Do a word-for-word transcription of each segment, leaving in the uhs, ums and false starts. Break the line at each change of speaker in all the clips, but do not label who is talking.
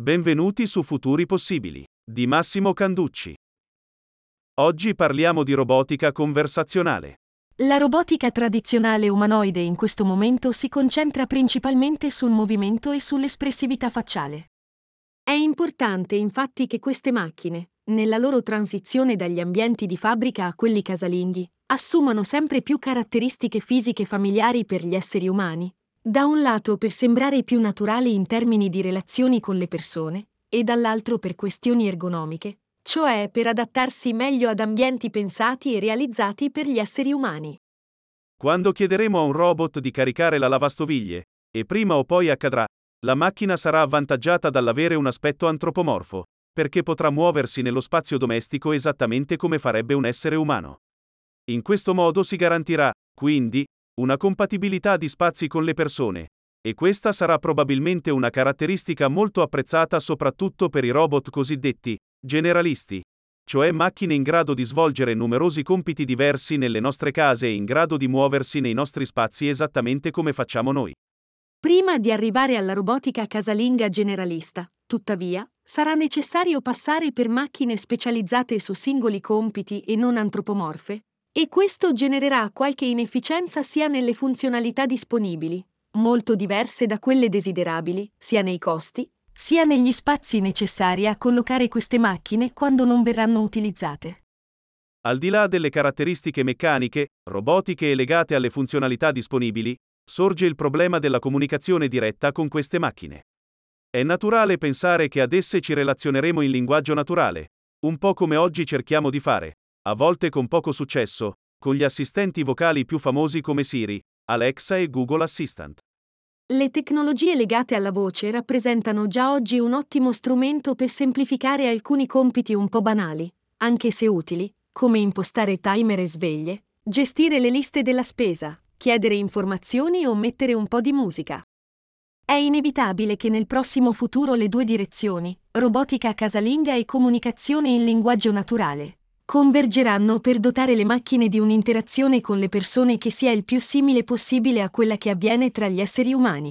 Benvenuti su Futuri Possibili, di Massimo Canducci. Oggi parliamo di robotica conversazionale.
La robotica tradizionale umanoide in questo momento si concentra principalmente sul movimento e sull'espressività facciale. È importante infatti che queste macchine, nella loro transizione dagli ambienti di fabbrica a quelli casalinghi, assumano sempre più caratteristiche fisiche familiari per gli esseri umani, da un lato per sembrare più naturali in termini di relazioni con le persone, e dall'altro per questioni ergonomiche, cioè per adattarsi meglio ad ambienti pensati e realizzati per gli esseri umani.
Quando chiederemo a un robot di caricare la lavastoviglie, e prima o poi accadrà, la macchina sarà avvantaggiata dall'avere un aspetto antropomorfo, perché potrà muoversi nello spazio domestico esattamente come farebbe un essere umano. In questo modo si garantirà, quindi, una compatibilità di spazi con le persone, e questa sarà probabilmente una caratteristica molto apprezzata soprattutto per i robot cosiddetti generalisti, cioè macchine in grado di svolgere numerosi compiti diversi nelle nostre case e in grado di muoversi nei nostri spazi esattamente come facciamo noi.
Prima di arrivare alla robotica casalinga generalista, tuttavia, sarà necessario passare per macchine specializzate su singoli compiti e non antropomorfe, e questo genererà qualche inefficienza sia nelle funzionalità disponibili, molto diverse da quelle desiderabili, sia nei costi, sia negli spazi necessari a collocare queste macchine quando non verranno utilizzate.
Al di là delle caratteristiche meccaniche, robotiche e legate alle funzionalità disponibili, sorge il problema della comunicazione diretta con queste macchine. È naturale pensare che ad esse ci relazioneremo in linguaggio naturale, un po' come oggi cerchiamo di fare, a volte con poco successo, con gli assistenti vocali più famosi come Siri, Alexa e Google Assistant.
Le tecnologie legate alla voce rappresentano già oggi un ottimo strumento per semplificare alcuni compiti un po' banali, anche se utili, come impostare timer e sveglie, gestire le liste della spesa, chiedere informazioni o mettere un po' di musica. È inevitabile che nel prossimo futuro le due direzioni, robotica casalinga e comunicazione in linguaggio naturale, convergeranno per dotare le macchine di un'interazione con le persone che sia il più simile possibile a quella che avviene tra gli esseri umani.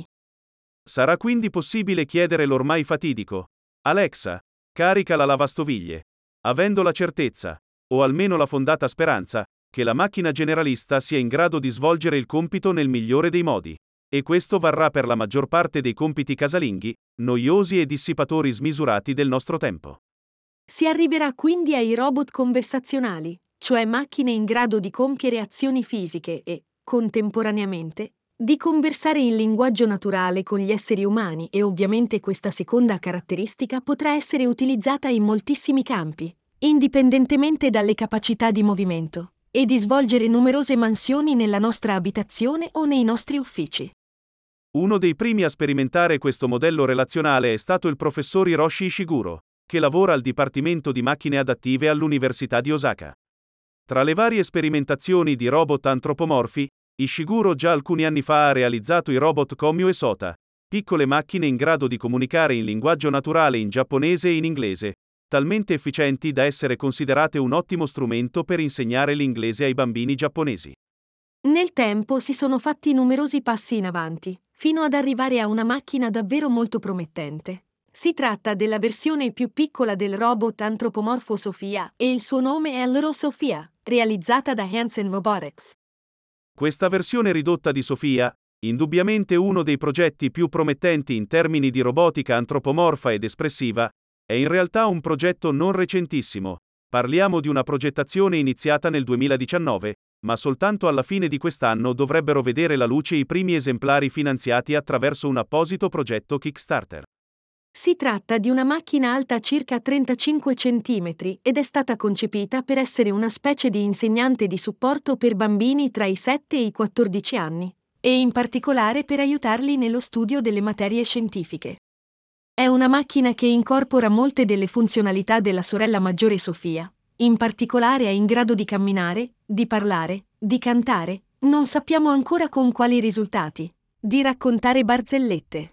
Sarà quindi possibile chiedere l'ormai fatidico Alexa, carica la lavastoviglie, avendo la certezza, o almeno la fondata speranza, che la macchina generalista sia in grado di svolgere il compito nel migliore dei modi. E questo varrà per la maggior parte dei compiti casalinghi, noiosi e dissipatori smisurati del nostro tempo.
Si arriverà quindi ai robot conversazionali, cioè macchine in grado di compiere azioni fisiche e, contemporaneamente, di conversare in linguaggio naturale con gli esseri umani e ovviamente questa seconda caratteristica potrà essere utilizzata in moltissimi campi, indipendentemente dalle capacità di movimento, e di svolgere numerose mansioni nella nostra abitazione o nei nostri uffici.
Uno dei primi a sperimentare questo modello relazionale è stato il professor Hiroshi Ishiguro, che lavora al Dipartimento di Macchine Adattive all'Università di Osaka. Tra le varie sperimentazioni di robot antropomorfi, Ishiguro già alcuni anni fa ha realizzato i robot Komyu e Sota, piccole macchine in grado di comunicare in linguaggio naturale in giapponese e in inglese, talmente efficienti da essere considerate un ottimo strumento per insegnare l'inglese ai bambini giapponesi.
Nel tempo si sono fatti numerosi passi in avanti, fino ad arrivare a una macchina davvero molto promettente. Si tratta della versione più piccola del robot antropomorfo Sophia e il suo nome è Little Sophia, realizzata da Hansen Robotics.
Questa versione ridotta di Sophia, indubbiamente uno dei progetti più promettenti in termini di robotica antropomorfa ed espressiva, è in realtà un progetto non recentissimo. Parliamo di una progettazione iniziata nel duemiladiciannove, ma soltanto alla fine di quest'anno dovrebbero vedere la luce i primi esemplari finanziati attraverso un apposito progetto Kickstarter.
Si tratta di una macchina alta circa trentacinque centimetri ed è stata concepita per essere una specie di insegnante di supporto per bambini tra i sette e i quattordici anni, e in particolare per aiutarli nello studio delle materie scientifiche. È una macchina che incorpora molte delle funzionalità della sorella maggiore Sofia, in particolare è in grado di camminare, di parlare, di cantare, non sappiamo ancora con quali risultati, di raccontare barzellette.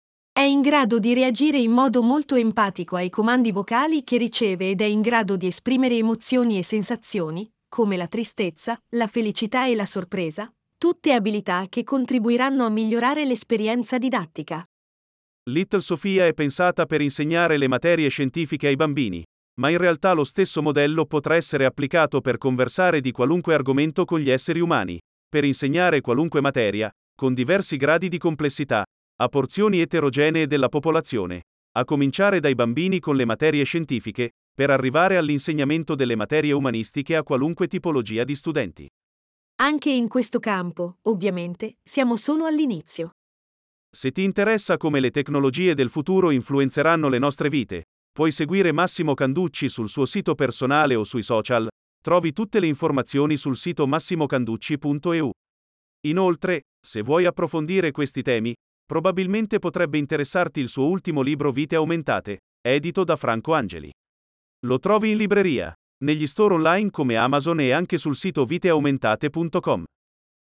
È in grado di reagire in modo molto empatico ai comandi vocali che riceve ed è in grado di esprimere emozioni e sensazioni, come la tristezza, la felicità e la sorpresa, tutte abilità che contribuiranno a migliorare l'esperienza didattica.
Little Sofia è pensata per insegnare le materie scientifiche ai bambini, ma in realtà lo stesso modello potrà essere applicato per conversare di qualunque argomento con gli esseri umani, per insegnare qualunque materia, con diversi gradi di complessità, a porzioni eterogenee della popolazione, a cominciare dai bambini con le materie scientifiche, per arrivare all'insegnamento delle materie umanistiche a qualunque tipologia di studenti.
Anche in questo campo, ovviamente, siamo solo all'inizio.
Se ti interessa come le tecnologie del futuro influenzeranno le nostre vite, puoi seguire Massimo Canducci sul suo sito personale o sui social, trovi tutte le informazioni sul sito massimocanducci punto e u. Inoltre, se vuoi approfondire questi temi, probabilmente potrebbe interessarti il suo ultimo libro Vite Aumentate, edito da Franco Angeli. Lo trovi in libreria, negli store online come Amazon e anche sul sito vite aumentate punto com.